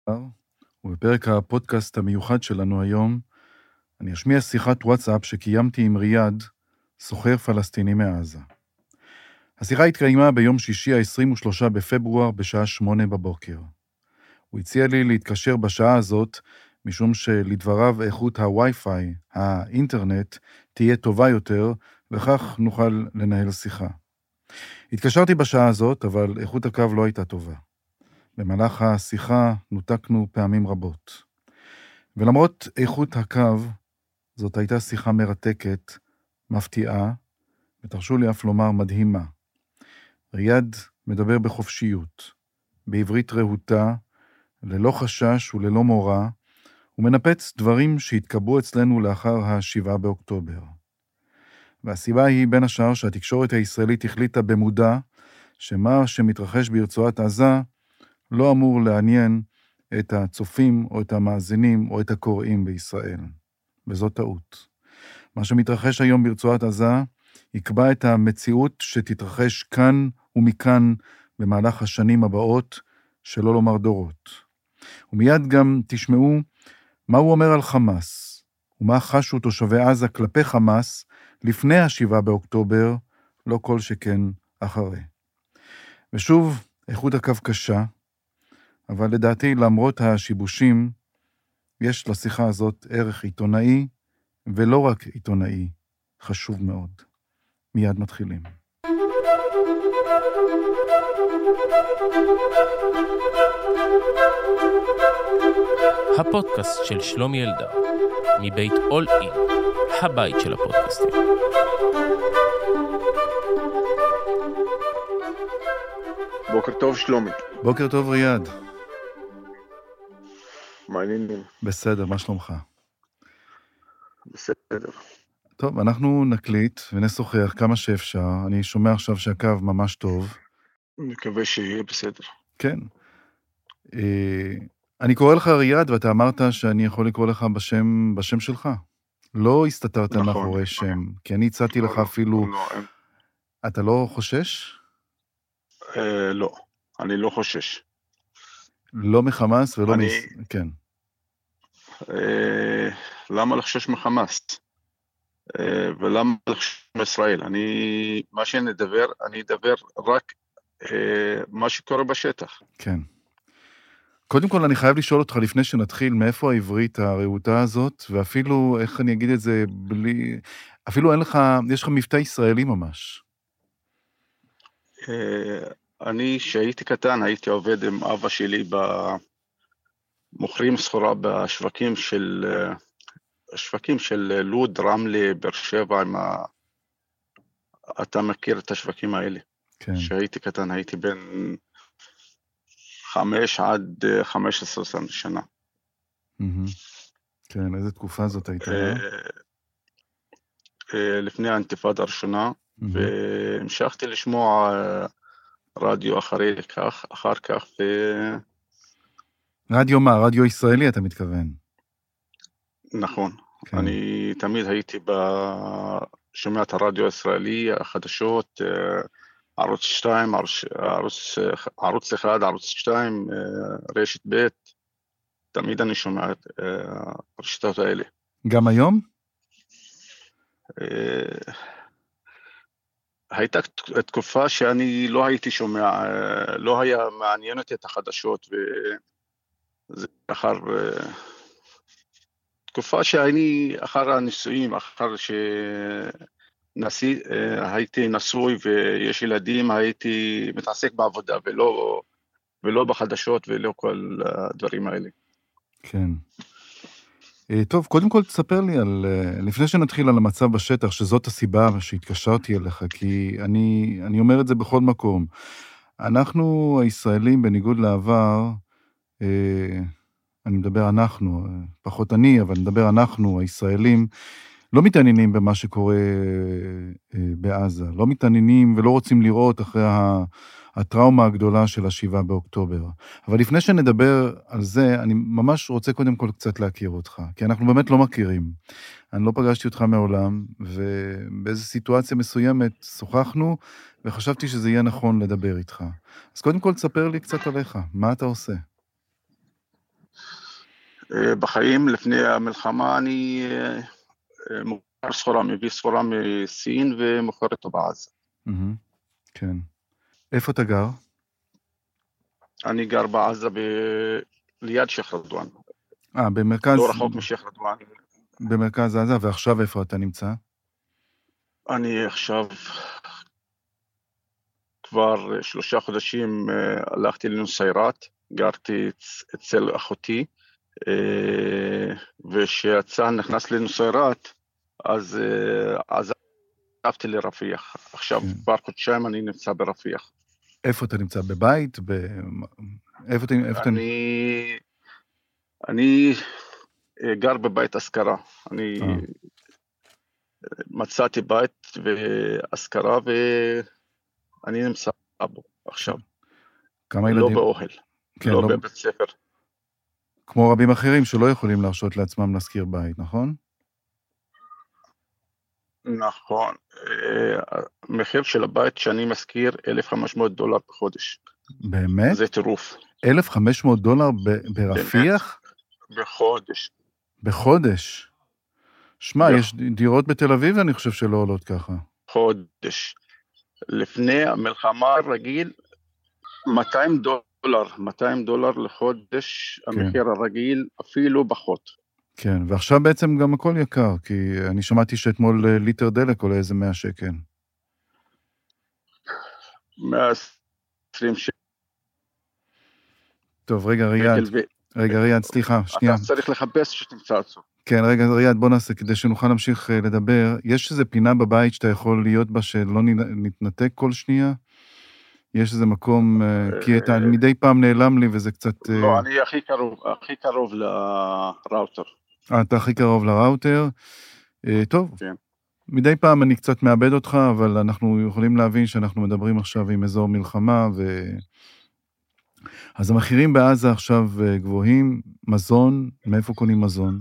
ובפרק הפודקאסט המיוחד שלנו היום, אני אשמיע שיחת וואטסאפ שקיימתי עם ריאד, סוחר פלסטיני מעזה. השיחה התקיימה ביום שישי ה-23 בפברואר בשעה 8 בבוקר. הוא הציע לי להתקשר בשעה הזאת, משום שלדבריו איכות הווי-פיי, האינטרנט, תהיה טובה יותר, וכך נוכל לנהל שיחה. התקשרתי בשעה הזאת, אבל איכות הקו לא הייתה טובה. במהלך השיחה נותקנו פעמים רבות. ולמרות איכות הקו, זאת הייתה שיחה מרתקת, מפתיעה, ותרשו לי אף לומר מדהימה. ריאד מדבר בחופשיות, בעברית רהוטה, ללא חשש וללא מורא, ומנפץ דברים שהתקבעו אצלנו לאחר ה-7 באוקטובר. והסיבה היא בין השאר שהתקשורת הישראלית החליטה במודע, שמה שמתרחש ברצועת עזה לא אמור לעניין את הצופים או את המאזינים או את הקוראים בישראל. וזאת טעות. מה שמתרחש היום ברצועת עזה יקבע את המציאות שתתרחש כאן ומכאן במהלך השנים הבאות, שלא לומר דורות. ומיד גם תשמעו מה הוא אומר על חמאס, ומה חשו תושבי עזה כלפי חמאס לפני ה-7 באוקטובר, לא כל שכן אחרי. ושוב, איכות הקו קשה, אבל לדעתי למרות השיבושים, יש לשיחה הזאת ערך עיתונאי, ולא רק עיתונאי, חשוב מאוד. מיד מתחילים. הפודקאסט של שלומי אלדר, מבית אול אין, הבית של הפודקאסטים. בוקר טוב שלומי. בוקר טוב ריאד. מה העניינים? בסדר, מה שלומך? בסדר. טוב, אנחנו נקליט ונשוחח כמה שאפשר. אני שומע עכשיו שהקו ממש טוב. מקווה שיהיה בסדר. כן. אני קורא לך ריאד, ואתה אמרת שאני יכול לקרוא לך בשם שלך. לא הסתתרת מאחורי שם, כי אני הצעתי לך אפילו... אתה לא חושש? לא, אני לא חושש. לא מחמאס ולא כן. למה לחשוש מחמאס? ולמה לחשוש מישראל? מה שנדבר, אני אדבר רק מה שקורה בשטח. כן. קודם כל אני חייב לשאול אותך לפני שנתחיל, מאיפה העברית הרהוטה הזאת, ואפילו, איך אני אגיד את זה, אפילו יש לך מבטא ישראלי ממש. אני, שהייתי קטן, הייתי עובד עם אבא שלי מוכרים סחורה בשווקים של לוד, רמלה, באר שבע, אתה מכיר את השווקים האלה. כן. שהייתי קטן, הייתי בין 5 עד 15 שנה. כן, איזה תקופה זאת הייתה? לפני האינתיפאדה הראשונה, והמשכתי לשמוע רדיו אחר כך. רדיו מה? רדיו ישראלי אתה מתכוון? נכון. כן. אני תמיד הייתי שומע את הרדיו הישראלי, החדשות, ערוץ 2, ערוץ 1, ערוץ 2, רשת ב', תמיד אני שומע את הרשתות האלה. גם היום? הייתה תקופה שאני לא הייתי שומע, לא היה מעניין אותי את החדשות, וזה אחר תקופה שאני אחר הנישואים, אחר הייתי נשוי ויש ילדים, הייתי מתעסק בעבודה ולא בחדשות ולא כל הדברים האלה. כן. טוב, קודם כל תספר לי לפני שנתחיל על המצב בשטח, שזאת הסיבה שהתקשרתי אליך, כי אני אומר את זה בכל מקום. אנחנו הישראלים, בניגוד לעבר, אני מדבר אנחנו, פחות אני, אבל נדבר אנחנו, הישראלים, לא מתעניינים במה שקורה בעזה, לא מתעניינים ולא רוצים לראות אחרי הטראומה הגדולה של ה-7 באוקטובר. אבל לפני שנדבר על זה, אני ממש רוצה קודם כל קצת להכיר אותך, כי אנחנו באמת לא מכירים. אני לא פגשתי אותך מעולם, ובאיזו סיטואציה מסוימת שוחחנו, וחשבתי שזה יהיה נכון לדבר איתך. אז קודם כל תספר לי קצת עליך, מה אתה עושה? בחיים לפני המלחמה אני מוכר סחורה, מביא סחורה מסין ומוכר אותו בעזה. כן. איפה אתה גר? אני גר בעזה ליד שייח' רדואן. במרכז... לא רחוק משייח' רדואן. במרכז עזה, ועכשיו איפה אתה נמצא? אני עכשיו כבר 3 חודשים הלכתי לנוסיירת, גרתי אצל אחותי, ושיצא נכנס לנוסיירת, אז עזבתי לרפיח. עכשיו כבר חודשיים אני נמצא ברפיח. איפה אתה נמצא? בבית? איפה אתה... אני גר בבית השכרה. אני מצאתי בית והשכרה ואני נמצא בו עכשיו. כמה ילדים? לא באוהל, לא בבית ספר. כמו רבים אחרים שלא יכולים להרשות לעצמם להשכיר בית, נכון? נכון. המחיר של הבית שאני משכיר $1,500 בחודש. באמת? זה טירוף. $1,500 ברפיח? בחודש. בחודש? שמע, יש דירות בתל אביב, אני חושב שלא עולות ככה. חודש. לפני המלחמה רגיל, $200 לחודש, המחיר הרגיל אפילו פחות. כן, ועכשיו בעצם גם הכל יקר, כי אני שמעתי שאתמול ליטר דלק עולה איזה 100 שקל. 120 שקל. טוב, רגע, ריאד, סליחה, שנייה. אתה צריך לחפש שתמצא עצו. כן, רגע, ריאד, בוא נעשה, כדי שנוכל להמשיך לדבר. יש איזו פינה בבית שאתה יכול להיות בה, שלא נתנתק כל שנייה? יש איזה מקום, כי אתה מדי פעם נעלם לי, וזה קצת... לא, אני הכי קרוב לראוטר. אתה הכי קרוב לראוטר. טוב, כן. מדי פעם אני קצת מאבד אותך, אבל אנחנו יכולים להבין שאנחנו מדברים עכשיו עם אזור מלחמה, אז המחירים בעזה עכשיו גבוהים, מזון, מאיפה קונים מזון?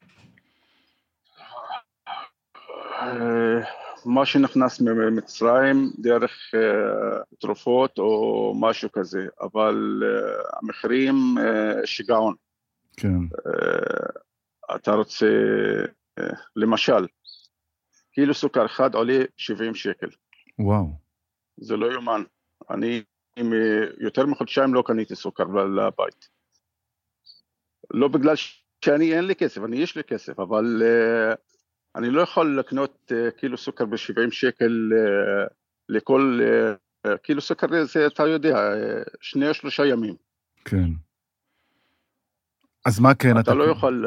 מה שנכנס ממצרים דרך תרופות או משהו כזה, אבל המחירים שיגעון. כן. אתה רוצה, למשל, קילו סוכר אחד עולה 70 שקל. וואו. זה לא יומן. אני יותר מחודשיים לא קניתי סוכר לבית. לא בגלל שאני אין לי כסף, יש לי כסף, אבל אני לא יכול לקנות קילו סוכר ב-70 שקל לכל קילו סוכר, זה אתה יודע, 2-3 ימים. כן. אז מה כן אתה לא יכול...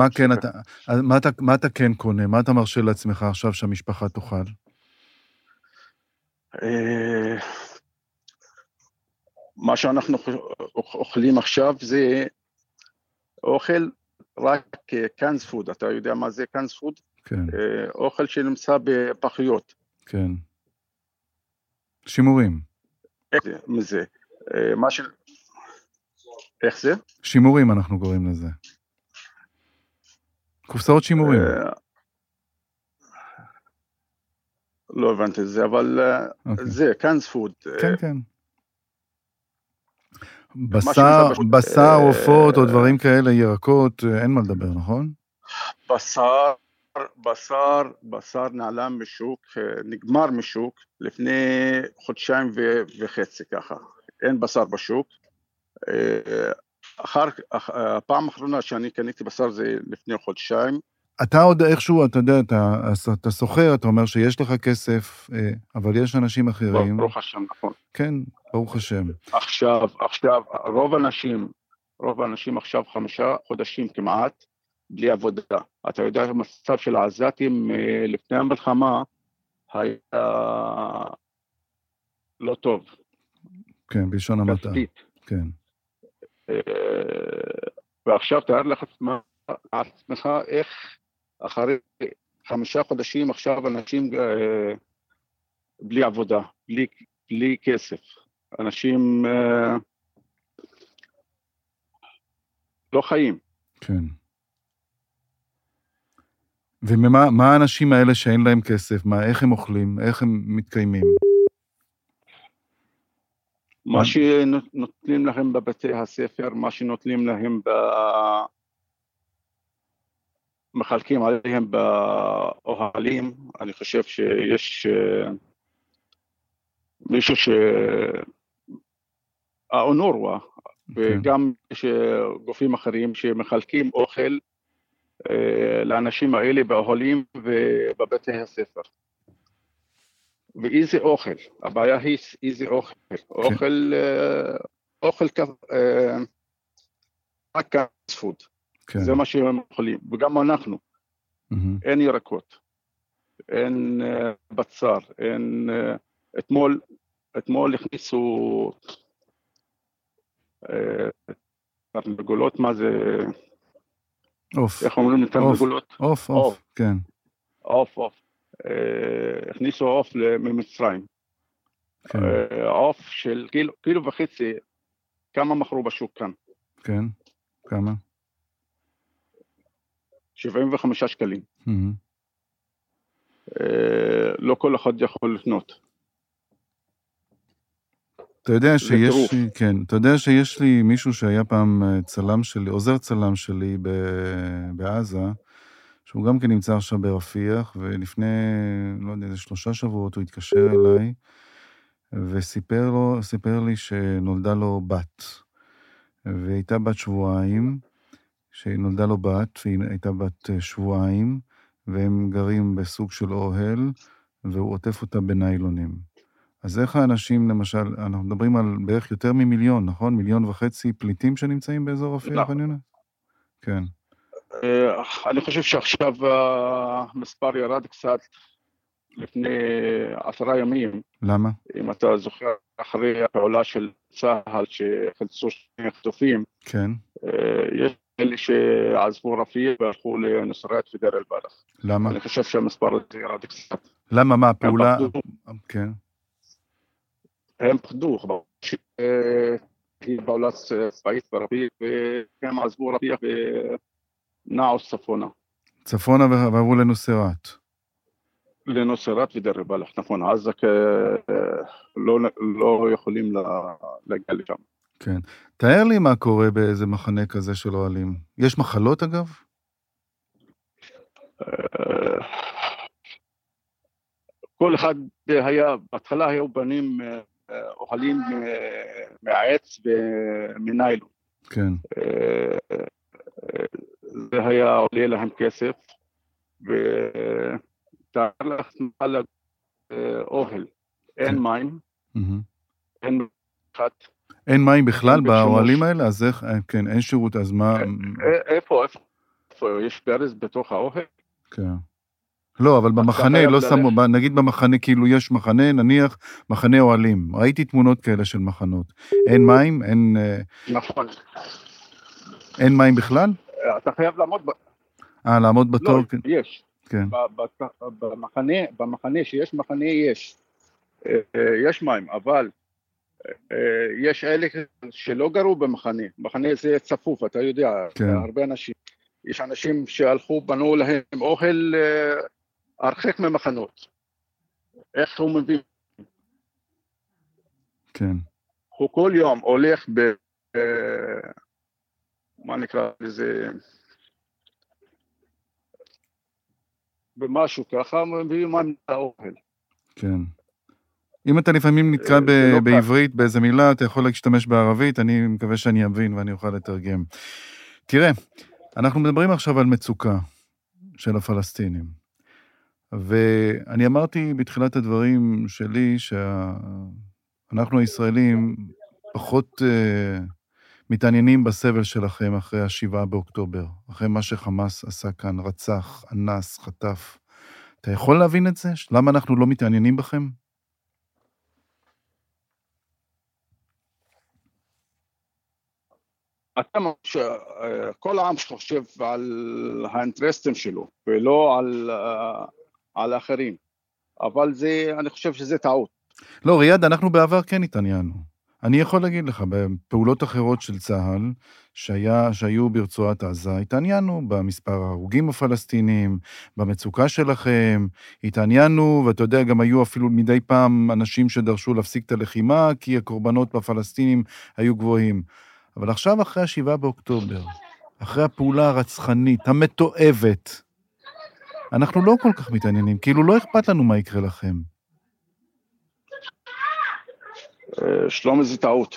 מה אתה כן קונה? מה אתה מרשה לעצמך עכשיו שהמשפחה תאכל? מה שאנחנו אוכלים עכשיו זה אוכל רק קאנס פוד. אתה יודע מה זה קאנס פוד? כן. אוכל שנמצא בפחיות. כן. שימורים. מזה. איך זה? שימורים אנחנו קוראים לזה. קופסאות שימורים. לא הבנתי את זה, אבל זה קאנס פוד. כן, כן. בשר, עופות או דברים כאלה, ירקות, אין מה לדבר, נכון? בשר נעלם משוק, נגמר משוק, לפני 1.5 חודשים ככה. אין בשר בשוק. הפעם האחרונה שאני קניתי בשר זה לפני 1 חודשיים. אתה עוד איכשהו, אתה יודע, אתה סוחר, אתה אומר שיש לך כסף, אבל יש אנשים אחרים. ברוך השם, נכון. כן, ברוך השם. עכשיו, רוב האנשים עכשיו 5 חודשים כמעט, בלי עבודה. אתה יודע, המצב של העזתים לפני המלחמה היה לא טוב. כן, בלשון המעטה. כן. ועכשיו תאר לך עצמך איך אחרי 5 חודשים עכשיו אנשים בלי עבודה, בלי כסף. אנשים לא חיים. כן. ומה האנשים האלה שאין להם כסף? איך הם אוכלים? איך הם מתקיימים? מה שנותנים להם בבתי הספר, מה שנותנים להם מחלקים עליהם באוהלים. אני חושב שיש מישהו האונורווה, וגם יש גופים אחרים שמחלקים אוכל לאנשים האלה באוהלים ובבתי הספר. ואיזה אוכל? הבעיה היא איזה אוכל. אוכל רק פוד. זה מה שהם אוכלים. וגם אנחנו. אין ירקות. אין בצר. אין... אתמול הכניסו תרנגולות, מה זה? אוף. איך אומרים תרנגולות? אוף, כן. אוף. הכניסו אוף ממצרים. אוף של קילו וחצי, כמה מכרו בשוק כאן? כן, כמה? 75 שקלים. לא כל אחד יכול לקנות. אתה יודע שיש לי מישהו שהיה פעם צלם שלי, עוזר צלם שלי בעזה, שהוא גם כן נמצא עכשיו ברפיח, ולפני, לא יודע, איזה 3 שבועות הוא התקשר אליי, וסיפר לי שנולדה לו בת, והיא הייתה בת 2 שבועות, שנולדה לו בת, והיא הייתה בת 2 שבועות, והם גרים בסוג של אוהל, והוא עוטף אותה בניילונים. אז איך האנשים, למשל, אנחנו מדברים על בערך יותר מ1,000,000, נכון? 1,500,000 פליטים שנמצאים באזור רפיח, אני יודע? כן. אני חושב שעכשיו המספר ירד קצת לפני 10 ימים. למה? אם אתה זוכר, אחרי הפעולה של צה"ל שחלצו 2 חטופים, כן. יש אלה שעזבו רפיח והלכו לנצרת ודיר אל-בלח. למה? אני חושב שהמספר הזה ירד קצת. למה? מה? הפעולה? כן. הם פחדו, היא פעולה צבאית ברפיח, והם עזבו רפיח ונעו צפונה. צפונה ועברו לנצרת. לנצרת ודיר אל-בלח, נכון. אז לא יכולים להגיע לשם. כן. תאר לי מה קורה באיזה מחנה כזה של אוהלים. יש מחלות אגב? כל אחד היה, בהתחלה היו בנים אוכלים מהעץ ומניילון. כן. זה היה עולה להם כסף, ותאר לך על אוהל. אין מים, אין חת. אין מים בכלל באוהלים האלה? אז איך, כן, אין שירות, אז מה? איפה? יש ברז בתוך האוהל? כן. לא, אבל במחנה, לא שמו, נגיד במחנה, כאילו יש מחנה, נניח, מחנה אוהלים. ראיתי תמונות כאלה של מחנות. אין מים, אין... נכון. אין מים בכלל? אתה חייב לעמוד... לעמוד בתור? לא, יש. כן. במחנה, שיש מחנה, יש. יש מים, אבל יש אלה שלא גרו במחנה. מחנה זה צפוף, אתה יודע, הרבה אנשים. יש אנשים שהלכו, בנו להם אוכל הרחק ממחנות. איך הוא מבין? כן. הוא כל יום הולך מה נקרא לזה? במשהו ככה, מביא מים לאוכל. כן. אם אתה לפעמים נתקע בעברית באיזה מילה, אתה יכול להשתמש בערבית, אני מקווה שאני אבין ואני אוכל לתרגם. תראה, אנחנו מדברים עכשיו על מצוקה של הפלסטינים, ואני אמרתי בתחילת הדברים שלי שאנחנו הישראלים פחות מתעניינים בסבל שלכם אחרי 7 באוקטובר, אחרי מה שחמאס עשה כאן, רצח, אנס, חטף. אתה יכול להבין את זה? למה אנחנו לא מתעניינים בכם? כל העם חושב על האינטרסים שלו, ולא על האחרים. אבל אני חושב שזה טעות. לא, ריאד, אנחנו בעבר כן התעניינו. אני יכול להגיד לך, בפעולות אחרות של צה"ל, שהיו ברצועת עזה, התעניינו במספר ההרוגים הפלסטינים, במצוקה שלכם, התעניינו, ואתה יודע, גם היו אפילו מדי פעם אנשים שדרשו להפסיק את הלחימה, כי הקורבנות בפלסטינים היו גבוהים. אבל עכשיו, אחרי 7 באוקטובר, אחרי הפעולה הרצחנית, המתועבת, אנחנו לא כל כך מתעניינים, כאילו לא אכפת לנו מה יקרה לכם. שלום, זה טעות.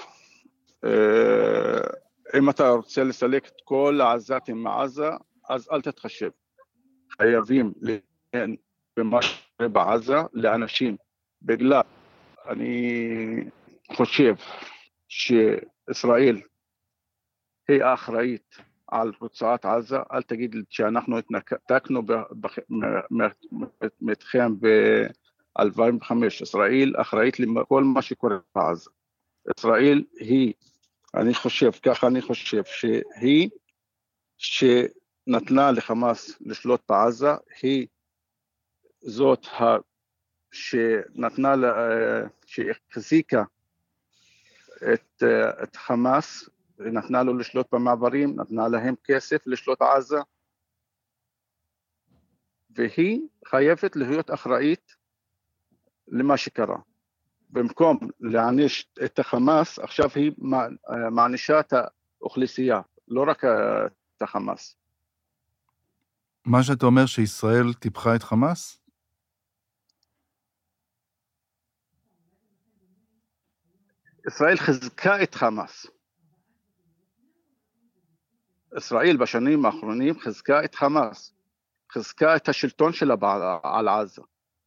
אם אתה רוצה לסלק את כל העזתים מעזה, אז אל תתחשב. חייבים להן במה שקורה בעזה לאנשים. בגלל, אני חושב שישראל היא האחראית על רצועת עזה. אל תגיד שאנחנו התנתקנו מתכם ב-2005. ישראל אחראית לכל מה שקורה בעזה. ישראל היא, אני חושב שהיא שנתנה לחמאס לשלוט בעזה, היא זאת שנתנה, שהחזיקה את חמאס, נתנה לו לשלוט במעברים, נתנה להם כסף לשלוט בעזה, והיא חייבת להיות אחראית למה שקרה. במקום להעניש את החמאס, עכשיו היא מענישה את האוכלוסייה, לא רק את החמאס. מה שאתה אומר שישראל טיפחה את חמאס? ישראל חזקה את חמאס. ישראל בשנים האחרונים חזקה את חמאס. חזקה את השלטון שלה על עזה.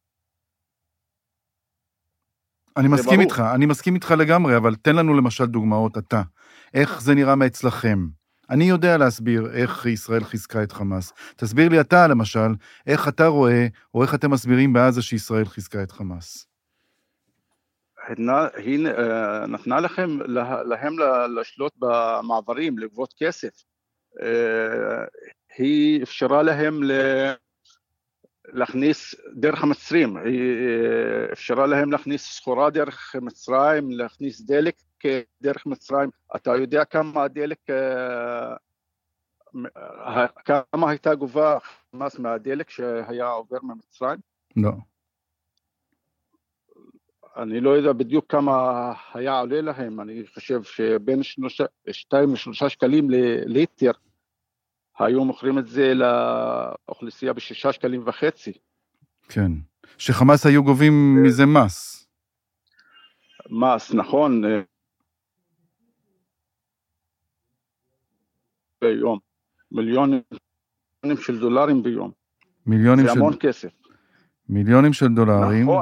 אני מסכים איתך לגמרי, אבל תן לנו למשל דוגמאות אתה. איך זה נראה מאצלכם? אני יודע להסביר איך ישראל חיזקה את חמאס. תסביר לי אתה למשל, איך אתה רואה, או איך אתם מסבירים בעזה שישראל חיזקה את חמאס. היא נתנה להם לשלוט במעברים, לגבות כסף. היא אפשרה להם להכניס דרך המצרים, היא אפשרה להם להכניס סחורה דרך מצרים, להכניס דלק דרך מצרים. אתה יודע כמה הדלק, כמה הייתה גובה חמאס מהדלק שהיה עובר ממצרים? לא. אני לא יודע בדיוק כמה היה עולה להם, אני חושב שבין 2 ל-3 שקלים לליטר, היו מוכרים את זה לאוכלוסייה ב6.5 שקלים. כן, שחמאס היו גובים מזה מס. מס, נכון. ביום. מיליונים של דולרים ביום. זה המון כסף. מיליונים של דולרים. נכון.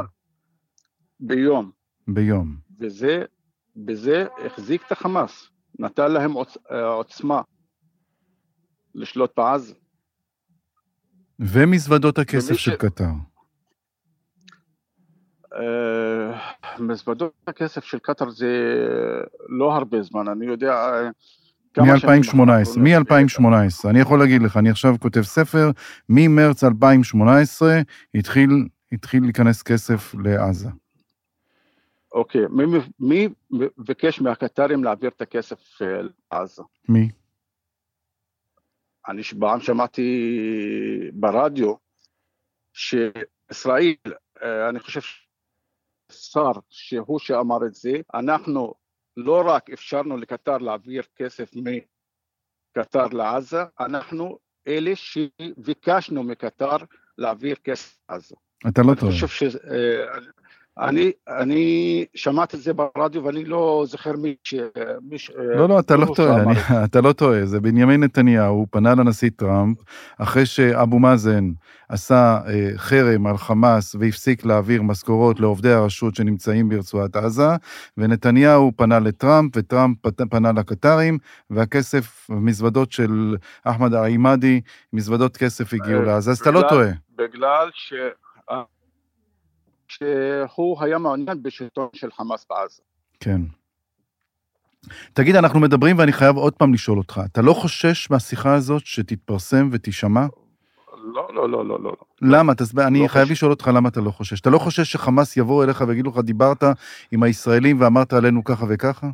ביום. בזה החזיק את החמאס. נתן להם עוצמה. לשלוט בעזה. ומזוודות הכסף של קטר. מזוודות הכסף של קטר זה לא הרבה זמן, אני יודע מ-2018, אני יכול להגיד לך, אני עכשיו כותב ספר, ממרץ 2018 התחיל להיכנס כסף לעזה. אוקיי, מי ביקש מהקטרים להעביר את הכסף לעזה? מי? אני שבעם שמעתי ברדיו שישראל, אני חושב שר שהוא שאמר את זה, אנחנו לא רק אפשרנו לקטר להעביר כסף מקטר לעזה, אנחנו אלה שביקשנו מקטר להעביר כסף לעזה. אתה לא טועה. אני חושב אני שמעתי את זה ברדיו ואני לא זוכר מי לא, אתה לא טועה, אתה לא טועה, זה בנימין נתניהו פנה לנשיא טראמפ, אחרי שאבו מאזן עשה חרם על חמאס והפסיק להעביר משכורות לעובדי הרשות שנמצאים ברצועת עזה, ונתניהו פנה לטראמפ, וטראמפ פנה לקטרים, והכסף, מזוודות של אחמד עימאדי, מזוודות כסף הגיעו לעזה, אז אתה לא טועה. בגלל שהוא היה מעוניין בשלטון של חמאס בעזה. כן. תגיד, אנחנו מדברים ואני חייב עוד פעם לשאול אותך, אתה לא חושש מהשיחה הזאת שתתפרסם ותשמע? לא. למה? אני חייב לשאול אותך למה אתה לא חושש. אתה לא חושש שחמאס יבוא אליך ויגידו לך, דיברת עם הישראלים ואמרת עלינו ככה וככה?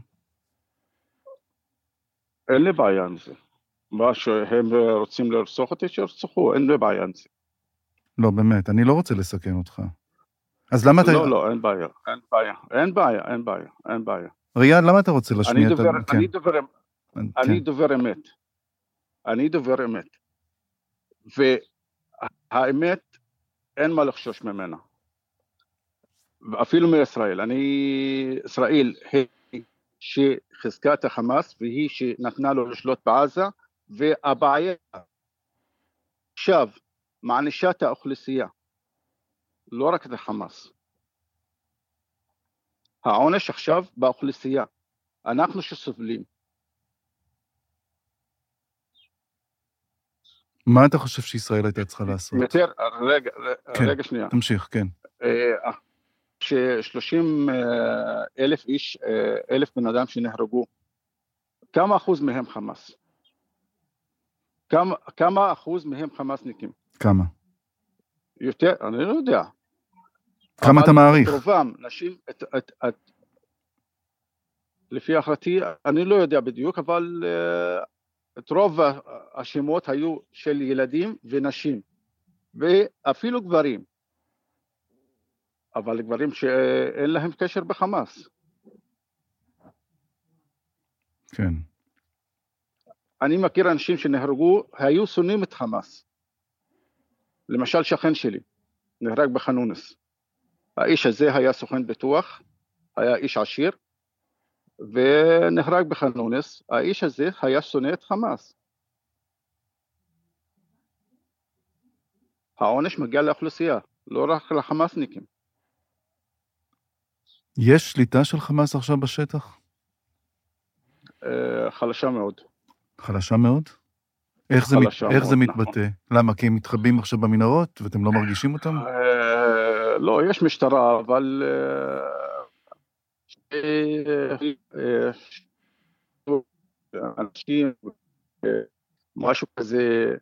אין לי בעיה עם זה. מה שהם רוצים לרצוח אותי, שירצחו, אין לי בעיה עם זה. לא, באמת, אני לא רוצה לסכן אותך. אז למה אתה... לא, אין בעיה. ריאן, למה אתה רוצה להשמיע את... אני דובר אמת. אני דובר אמת. והאמת, אין מה לחשוש ממנה. ואפילו מישראל. ישראל היא שחזקה החמאס, והיא שנתנה לו לשלוט בעזה, והבעיה עכשיו מענישת האוכלוסייה, לא רק את החמאס. העונש עכשיו באוכלוסייה, אנחנו שסובלים. מה אתה חושב שישראל הייתה צריכה לעשות? יותר, כן, רגע שנייה. תמשיך, כן. ש30,000 איש, 1,000 בן אדם שנהרגו, כמה אחוז מהם חמאס? כמה אחוז מהם חמאסניקים? כמה? יותר, אני לא יודע. כמה אתה מעריך? רובם, נשים, לפי אחרתי, אני לא יודע בדיוק, אבל את רוב השמות היו של ילדים ונשים, ואפילו גברים. אבל גברים שאין להם קשר בחמאס. כן. אני מכיר אנשים שנהרגו, היו שונאים את חמאס. למשל שכן שלי, נהרג בחנונס. האיש הזה היה סוכן ביטוח, היה איש עשיר, ונהרג בחנונס. האיש הזה היה שונא את חמאס. העונש מגיע לאוכלוסייה, לא רק לחמאסניקים. יש שליטה של חמאס עכשיו בשטח? חלשה מאוד. חלשה מאוד? איך זה מתבטא? למה? כי הם מתחבאים עכשיו במנהרות ואתם לא מרגישים אותם? לא, יש משטרה, אבל אנשים, משהו כזה,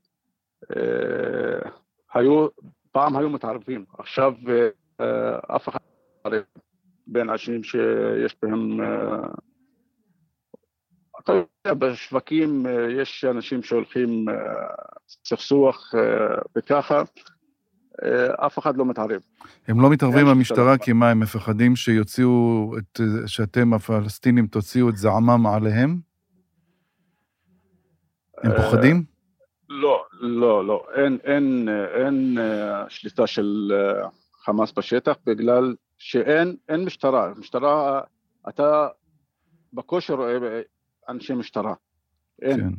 פעם היו מתערבים, עכשיו אף אחד לא מתערב בין אנשים שיש בהם, אתה יודע, בשווקים יש אנשים שהולכים סכסוך וככה, אף אחד לא מתערב. הם לא מתערבים במשטרה כי מה, הם מפחדים שאתם הפלסטינים תוציאו את זעמם עליהם? הם פוחדים? לא, אין שליטה של חמאס בשטח, בגלל שאין משטרה. משטרה, אתה בכושר רואה אנשי משטרה. אין. כן.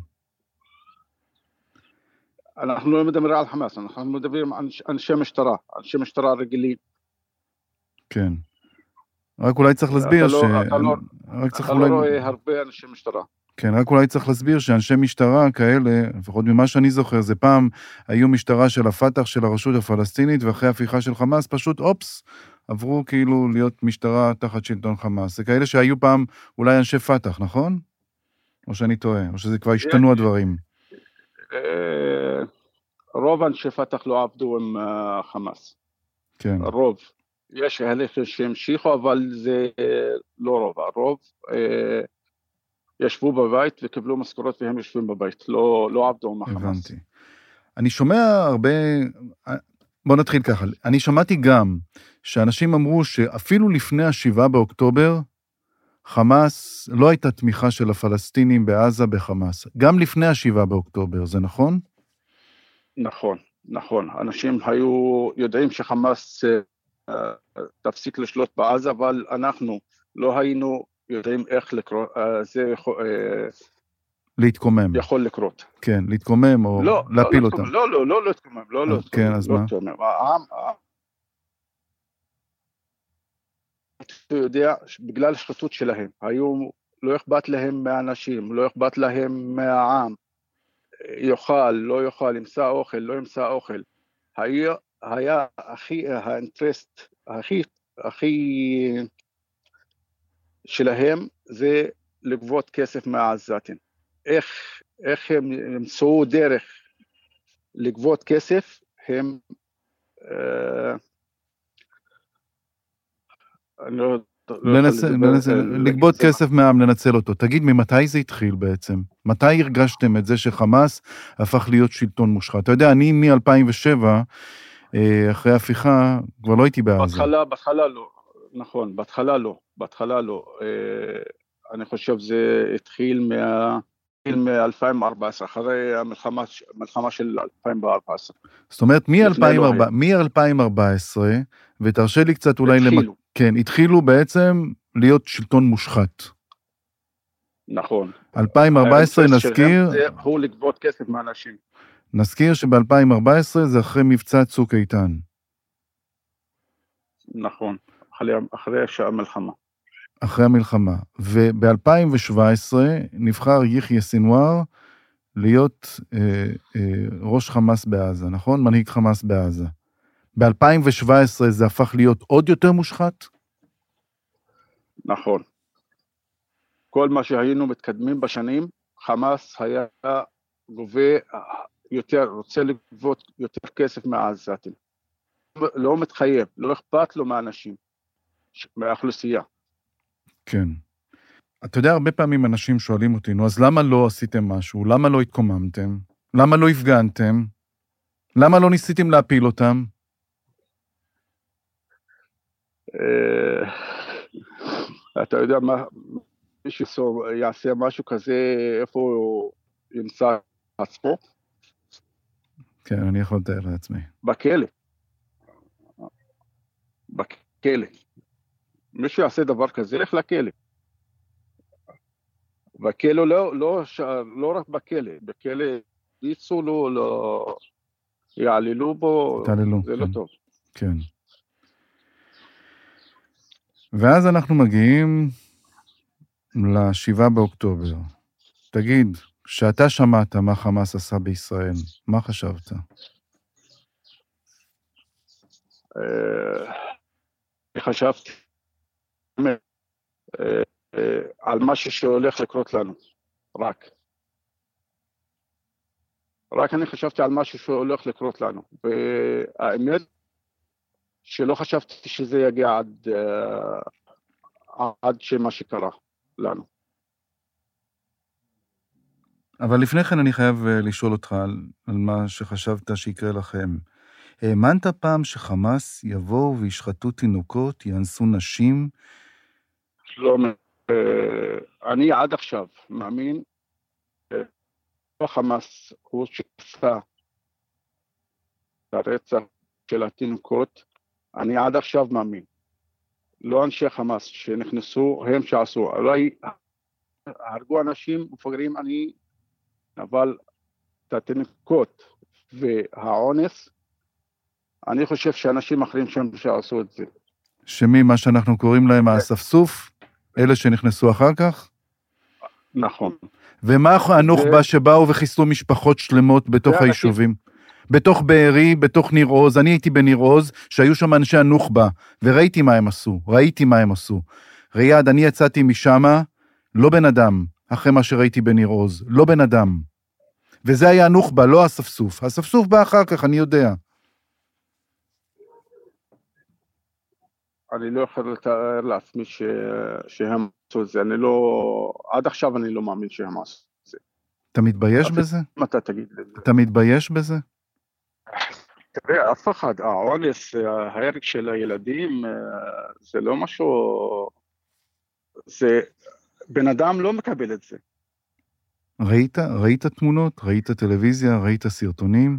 אנחנו לא מדברים על חמאס, אנחנו מדברים על אנשי משטרה רגילים. כן. רק אולי צריך להסביר אתה לא רואה הרבה אנשי משטרה. כן, רק אולי צריך להסביר שאנשי משטרה כאלה, לפחות ממה שאני זוכר, זה פעם היו משטרה של הפתח של הרשות הפלסטינית, ואחרי הפיכה של חמאס, פשוט אופס, עברו כאילו להיות משטרה תחת שלטון חמאס. זה כאלה שהיו פעם אולי אנשי פתח, נכון? או שאני טועה, או שזה כבר השתנו הדברים. רוב אנשי פתח לא עבדו עם חמאס. כן. רוב. יש הליך שהמשיכו, אבל זה לא רוב. הרוב ישבו בבית וקיבלו משכורות והם יושבים בבית. לא עבדו עם החמאס. הבנתי. אני שומע הרבה, בוא נתחיל ככה, אני שמעתי גם שאנשים אמרו שאפילו לפני 7 באוקטובר, חמאס, לא הייתה תמיכה של הפלסטינים בעזה בחמאס. גם לפני 7 באוקטובר, זה נכון? נכון. אנשים היו יודעים שחמאס תפסיק לשלוט בעזה, אבל אנחנו לא היינו יודעים איך לקרות, זה להתקומם. יכול לקרות. כן, להתקומם או להפיל אותם. לא להתקומם, לא להתקומם. כן, אז מה? אתה יודע, בגלל השחיתות שלהם, לא אכפת להם מהאנשים, לא אכפת להם מהעם, יאכל, לא יאכל, ימצא אוכל, לא ימצא אוכל. היה האינטרסט הכי שלהם זה לגבות כסף מהעזתים. איך הם ימצאו דרך לגבות כסף, הם לגבות כסף מהעם, לנצל אותו. תגיד, ממתי זה התחיל בעצם? מתי הרגשתם את זה שחמאס הפך להיות שלטון מושחת? אתה יודע, אני מ-2007, אחרי ההפיכה, כבר לא הייתי בעזה. בהתחלה לא. נכון, בהתחלה לא. אני חושב זה התחיל מ-2014, אחרי המלחמה של 2014. זאת אומרת, מ-2014, ותרשה לי קצת אולי... כן, התחילו בעצם להיות שלטון מושחת. נכון. 2014 נזכיר... הוא לגבות כסף מאנשים. נזכיר שב-2014 זה אחרי מבצע צוק איתן. נכון, אחרי המלחמה. אחרי המלחמה. וב-2017 נבחר יחיא סינואר להיות ראש חמאס בעזה, נכון? מנהיג חמאס בעזה. ב-2017 זה הפך להיות עוד יותר מושחת? נכון. כל מה שהיינו מתקדמים בשנים, חמאס היה גובה יותר, רוצה לגבות יותר כסף מהעזתים. לא מתחייב, לא אכפת לו מהאנשים, מהאוכלוסייה. כן. אתה יודע, הרבה פעמים אנשים שואלים אותי, נו, אז למה לא עשיתם משהו? למה לא התקוממתם? למה לא הפגנתם? למה לא ניסיתם להפיל אותם? אתה יודע מה, מישהו יעשה משהו כזה, איפה הוא ימצא עצמו? כן, אני יכול לתאר לעצמי. בכלא. בכלא. מישהו יעשה דבר כזה, לך לכלא. בכלא לא רק בכלא יצאו לו, לא יעללו בו, זה לא טוב. כן. ואז אנחנו מגיעים ל7 באוקטובר. תגיד, שאתה שמעת מה חמאס עשה בישראל, מה חשבת? חשבתי על משהו שהולך לקרות לנו, רק אני חשבתי על משהו שהולך לקרות לנו, והאמת שלא חשבתי שזה יגיע עד שמה שקרה לנו. אבל לפני כן אני חייב לשאול אותך על מה שחשבת שיקרה לכם. האמנת פעם שחמאס יבואו וישחטו תינוקות, יאנסו נשים? לא, אני עד עכשיו מאמין חמאס הוא שעשה את הרצח של התינוקות, אני עד עכשיו מאמין. לא אנשי חמאס שנכנסו, הם שעשו. אולי הרגו אנשים מפגרים, אבל את התינוקות והעונס, אני חושב שאנשים אחרים שם שעשו את זה. שמי מה שאנחנו קוראים להם האספסוף? אלה שנכנסו אחר כך? נכון. ומה הנוח'בה שבאו וחיסלו משפחות שלמות בתוך היישובים? בתוך בארי, בתוך ניר עוז, אני הייתי בניר עוז, שהיו שם אנשי הנוח'בה, וראיתי מה הם עשו. ריאד, אני יצאתי משם, לא בן אדם, אחרי מה שראיתי בניר עוז, לא בן אדם. וזה היה הנוח'בה, לא הספסוף. הספסוף בא אחר כך, אני יודע. אני לא יכול לתאר לעצמי שהם עשו את זה, עד עכשיו אני לא מאמין שהם עשו את זה. אתה מתבייש בזה? מתי תגיד לי? אתה מתבייש בזה? תראה, אף אחד, העונס, ההרג של הילדים, זה לא משהו, זה, בן אדם לא מקבל את זה. ראית תמונות? ראית טלוויזיה? ראית סרטונים?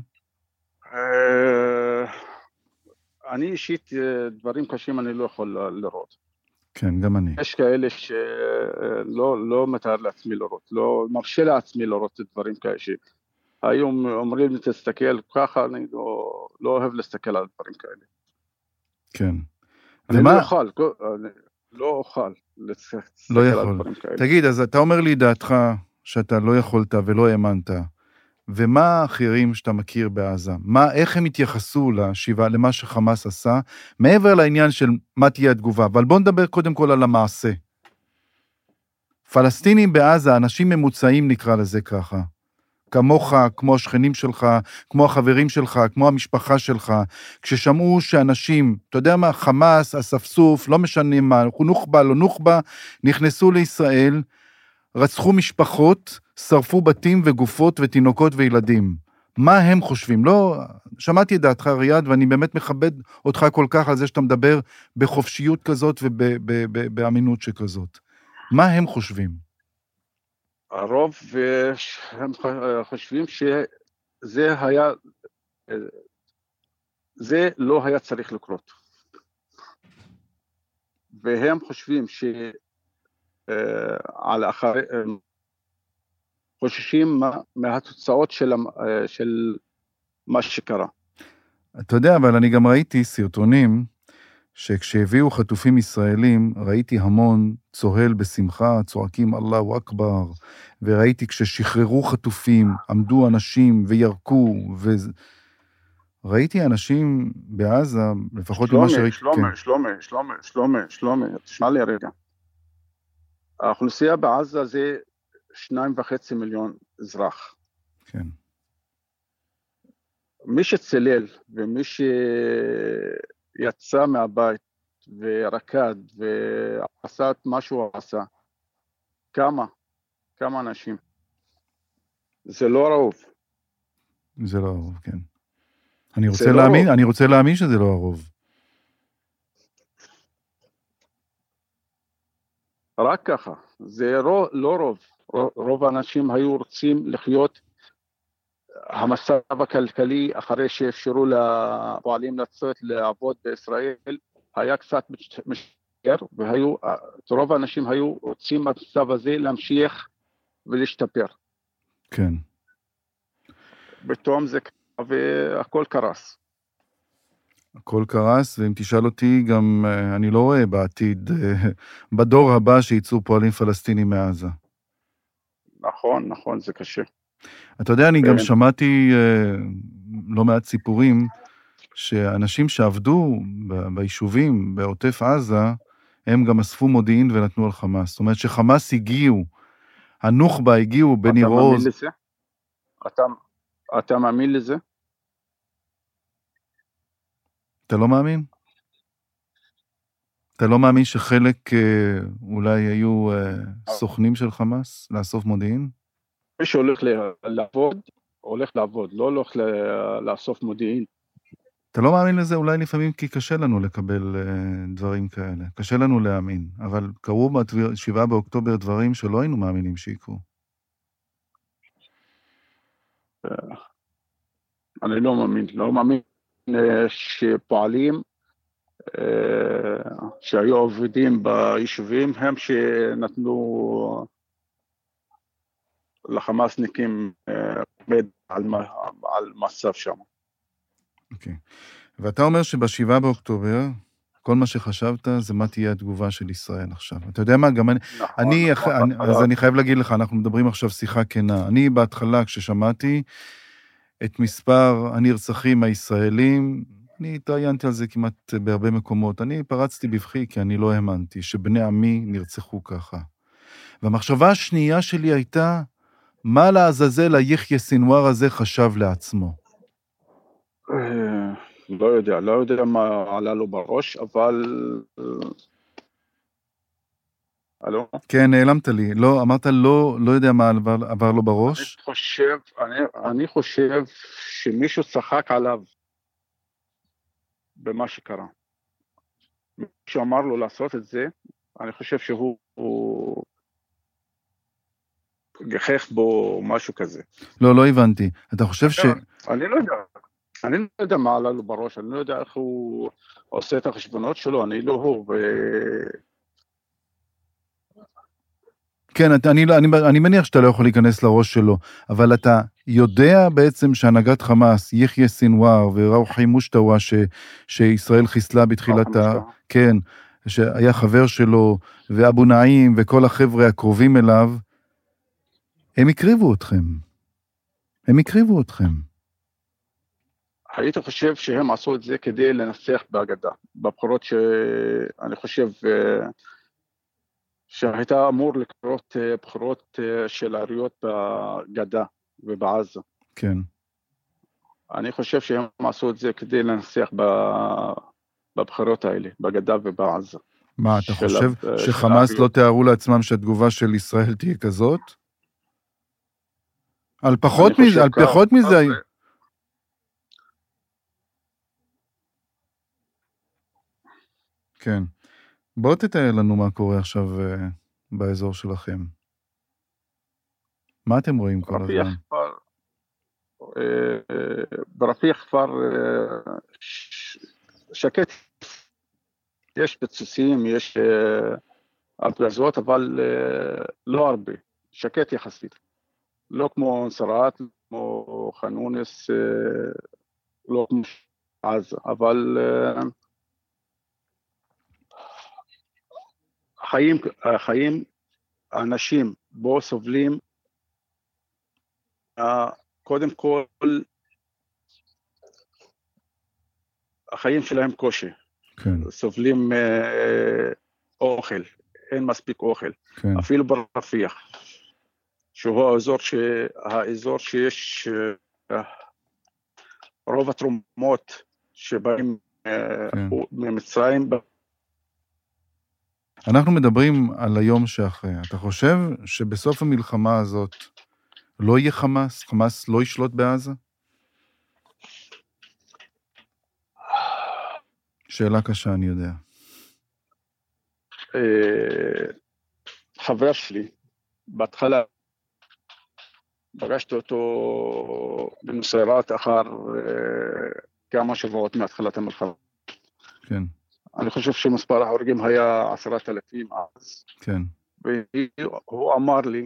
אני אישית, דברים קשים אני לא יכול לראות. כן, גם אני. יש כאלה שלא מתאר לעצמי לראות, לא מרשה לעצמי לראות את דברים כאלה. היום אומרים לי תסתכל ככה, אני לא אוהב להסתכל על דברים כאלה. כן. אני לא אוכל להסתכל על דברים כאלה. תגיד, אז אתה אומר לי דעתך שאתה לא יכולת ולא האמנת, ומה האחרים שאתה מכיר בעזה? איך הם התייחסו למה שחמאס עשה, מעבר לעניין של מה תהיה התגובה, אבל בוא נדבר קודם כל על המעשה. פלסטינים בעזה, אנשים ממוצעים נקרא לזה ככה, כמוך, כמו השכנים שלך, כמו החברים שלך, כמו המשפחה שלך, כששמעו שאנשים, אתה יודע מה, חמאס, הספסוף, לא משנה מה, נוח'בה, לא נוח'בה, נכנסו לישראל, רצחו משפחות, שרפו בתים וגופות ותינוקות וילדים. מה הם חושבים? לא, שמעתי את דעתך ריאד, ואני באמת מכבד אותך כל כך על זה שאתה מדבר בחופשיות כזאת ובאמינות שכזאת. מה הם חושבים? הרוב הם חושבים שזה היה, זה לא היה צריך לקרות. והם חושבים על אחרי, חוששים מהתוצאות של מה שקרה. אתה יודע, אבל אני גם ראיתי סרטונים, שכשהביאו חטופים ישראלים, ראיתי המון צוהל בשמחה, צועקים אללהו אכבר, וראיתי כששחררו חטופים, עמדו אנשים וירקו, ראיתי אנשים בעזה, לפחות ממה שראיתי. שלומי, תשמע לי רגע. האוכלוסייה בעזה זה 2.5 מיליון אזרח. כן. מי שצלל ומי שיצא מהבית ורקד ועשה את מה שהוא עשה, כמה אנשים? זה לא הרוב. זה לא הרוב, כן. אני רוצה להאמין שזה לא הרוב. רק ככה, זה לא רוב. רוב האנשים היו רוצים לחיות. המצב הכלכלי, אחרי שאפשרו לפועלים לצאת לעבוד בישראל, היה קצת משתפר, רוב האנשים היו רוצים במצב הזה להמשיך ולהשתפר. כן. בתום זה והכל קרס. הכל קרס, ואם תשאל אותי, גם אני לא רואה בעתיד, בדור הבא שיצאו פועלים פלסטינים מעזה. נכון, זה קשה. אתה יודע, אני גם שמעתי לא מעט סיפורים, שאנשים שעבדו ביישובים, בעוטף עזה, הם גם אספו מודיעין ונתנו על חמאס. זאת אומרת שחמאס הגיעו, הנוח'בה הגיעו בניר עוז. אתה מאמין לזה? אתה לא מאמין? אתה לא מאמין שחלק אולי היו סוכנים של חמאס לאסוף מודיעין? מי שהולך לעבוד, הולך לעבוד, לא הולך לאסוף מודיעין. אתה לא מאמין לזה אולי לפעמים כי קשה לנו לקבל דברים כאלה. קשה לנו להאמין. אבל קרו ב7 באוקטובר דברים שלא היינו מאמינים שיקרו. אני לא מאמין שפועלים שהיו עובדים ביישובים הם שנתנו לחמאסניקים על מצב שם. אוקיי. ואתה אומר שב7 באוקטובר, כל מה שחשבת זה מה תהיה התגובה של ישראל עכשיו. אתה יודע מה, גם אז אני חייב להגיד לך, אנחנו מדברים עכשיו שיחה כנה. אני בהתחלה כששמעתי את מספר הנרצחים הישראלים, אני התראיינתי על זה כמעט בהרבה מקומות. אני פרצתי בבכי כי אני לא האמנתי שבני עמי נרצחו ככה. והמחשבה השנייה שלי הייתה, מה לעזאזל היחיא סינואר הזה חשב לעצמו? לא יודע מה עלה לו בראש, אבל... הלו? כן, נעלמת לי. לא, אמרת לא יודע מה עבר לו בראש. אני חושב שמישהו צחק עליו במה שקרה. מישהו אמר לו לעשות את זה, אני חושב שהוא גחך בו משהו כזה. לא הבנתי. אתה חושב אני לא יודע מה עלה לו בראש, אני לא יודע איך הוא עושה את החשבונות שלו, אני לא הוא. כן, אני מניח שאתה לא יכול להיכנס לראש שלו, אבל אתה יודע בעצם שהנהגת חמאס, יחיא סינואר וראוחי מושטאווה, שישראל חיסלה בתחילת כן, שהיה חבר שלו, ואבו נעים וכל החבר'ה הקרובים אליו, הם הקריבו אתכם. הייתי חושב שהם עשו את זה כדי לנצח בהגדה, בבחירות שאני חושב שהייתה אמור לקרות בחירות של העיריות בגדה ובעזה. כן. אני חושב שהם עשו את זה כדי לנצח בבחירות האלה, בגדה ובעזה. מה, אתה חושב שחמאס לא תיארו לעצמם שהתגובה של ישראל תהיה כזאת? על פחות מזה... כן. בוא תתאר לנו מה קורה עכשיו באזור שלכם. מה אתם רואים כל הזמן? ברפיח כבר שקט, יש פיצוצים, יש הפגזות, אבל לא הרבה, שקט יחסית. לא כמו נסרת, כמו חנונס, לא כמו עזה, אבל החיים, האנשים בו סובלים, קודם כל, החיים שלהם קושי. כן. סובלים אוכל, אין מספיק אוכל. כן. אפילו ברפיח, שהוא האזור שיש רוב התרומות שבאים כן. ממצרים. אנחנו מדברים על היום שאחרי. אתה חושב שבסוף המלחמה הזאת לא יהיה חמאס? חמאס לא ישלוט בעזה? שאלה קשה, אני יודע. חבר שלי, בהתחלה, פגשתי אותו בנוסיירת אחר כמה שבועות מהתחלת המלחמה. כן. אני חושב שמספר ההורגים היה 10,000 אז. כן. והוא אמר לי,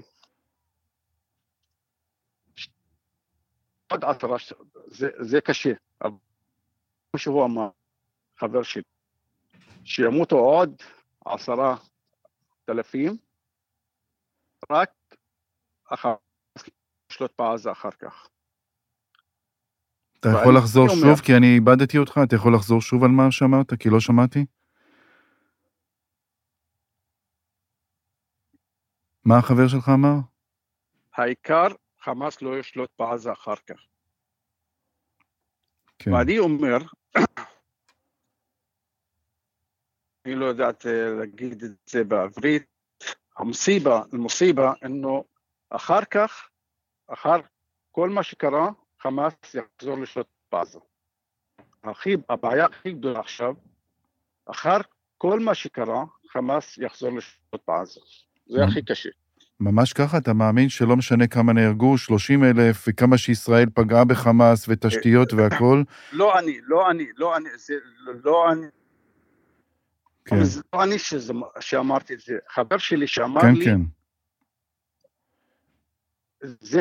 עוד 10, זה קשה. אבל כמו שהוא אמר, חבר שלי, שימותו עוד 10,000, רק אחר לשלוט בעזה אחר כך. אתה יכול לחזור שוב, כי אני איבדתי אותך, אתה יכול לחזור שוב על מה שאמרת, כי לא שמעתי? מה החבר שלך אמר? העיקר, חמאס לא ישלוט בעזה אחר כך. כן. ואני אומר, אני לא יודעת להגיד את זה בעברית, המוסיבה, אינו אחר כך, אחר כל מה שקרה, חמאס יחזור לשלוט בעזה. הבעיה הכי גדולה עכשיו, אחר כל מה שקרה, חמאס יחזור לשלוט בעזה. זה הכי קשה. ממש ככה? אתה מאמין שלא משנה כמה נהרגו, 30,000, וכמה שישראל פגעה בחמאס, ותשתיות והכל? לא אני, זה לא אני. כן. זה לא אני שאמרתי את זה. חבר שלי שאמר כן, לי, כן. זה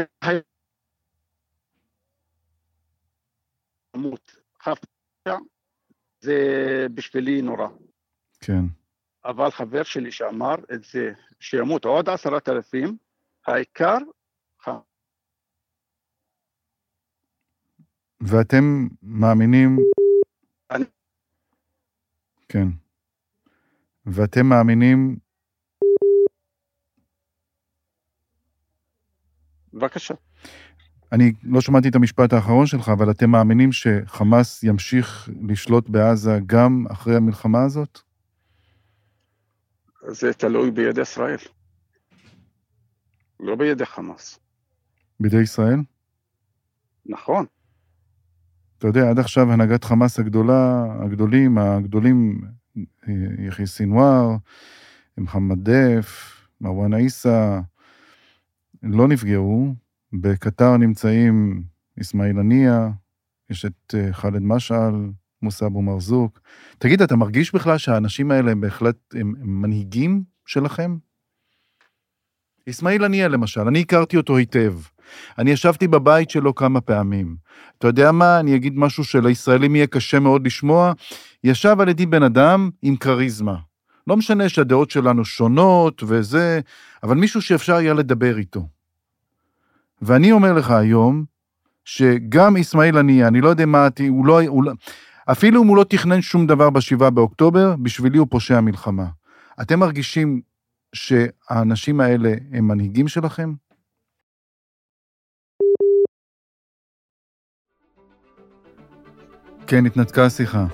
מות. זה בשבילי נורא. כן. אבל חבר שלי שאמר את זה, שימות עוד 10,000, העיקר... ואתם מאמינים... כן. ואתם מאמינים... בבקשה. אני לא שמעתי את המשפט האחרון שלך, אבל אתם מאמינים שחמאס ימשיך לשלוט בעזה גם אחרי המלחמה הזאת? זה תלוי בידי ישראל. לא בידי חמאס. בידי ישראל? נכון. אתה יודע, עד עכשיו הנהגת חמאס הגדולים, יחיא סינואר, מוחמד דף, מרואן עיסא, לא נפגעו. בקטר נמצאים אסמאעיל הנייה, יש את חאלד משעל, מוסא אבו מרזוק. תגיד, אתה מרגיש בכלל שהאנשים האלה הם בהחלט הם מנהיגים שלכם? אסמאעיל הנייה למשל, אני הכרתי אותו היטב. אני ישבתי בבית שלו כמה פעמים. אתה יודע מה? אני אגיד משהו שלישראלים יהיה קשה מאוד לשמוע. ישב על ידי בן אדם עם קריזמה. לא משנה שהדעות שלנו שונות וזה, אבל מישהו שאפשר היה לדבר איתו. ואני אומר לך היום, שגם אסמאעיל הנייה, אני לא יודע מה, אפילו אם הוא לא תכנן שום דבר ב7 באוקטובר, בשבילי הוא פושע מלחמה. אתם מרגישים שהאנשים האלה הם מנהיגים שלכם? כן, התנתקה השיחה.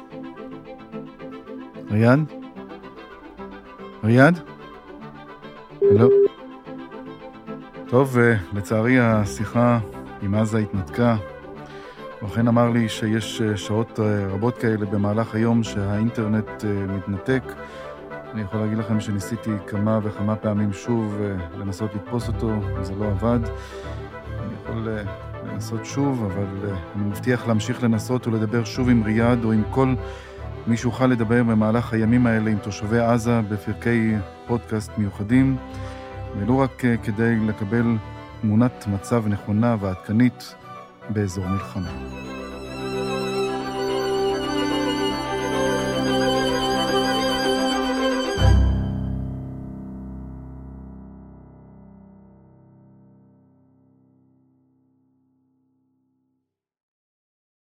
ריאד? ריאד? לא. טוב, לצערי השיחה עם עזה התנתקה. וכן אמר לי שיש שעות רבות כאלה במהלך היום שהאינטרנט מתנתק. אני יכול להגיד לכם שניסיתי כמה וכמה פעמים שוב לנסות לתפוס אותו, זה לא עבד. אני יכול לנסות שוב, אבל אני מבטיח להמשיך לנסות ולדבר שוב עם ריאד או עם כל מי שאוכל לדבר במהלך הימים האלה עם תושבי עזה בפרקי פודקאסט מיוחדים, ולא רק כדי לקבל תמונת מצב נכונה ועדכנית באזור מלחמה.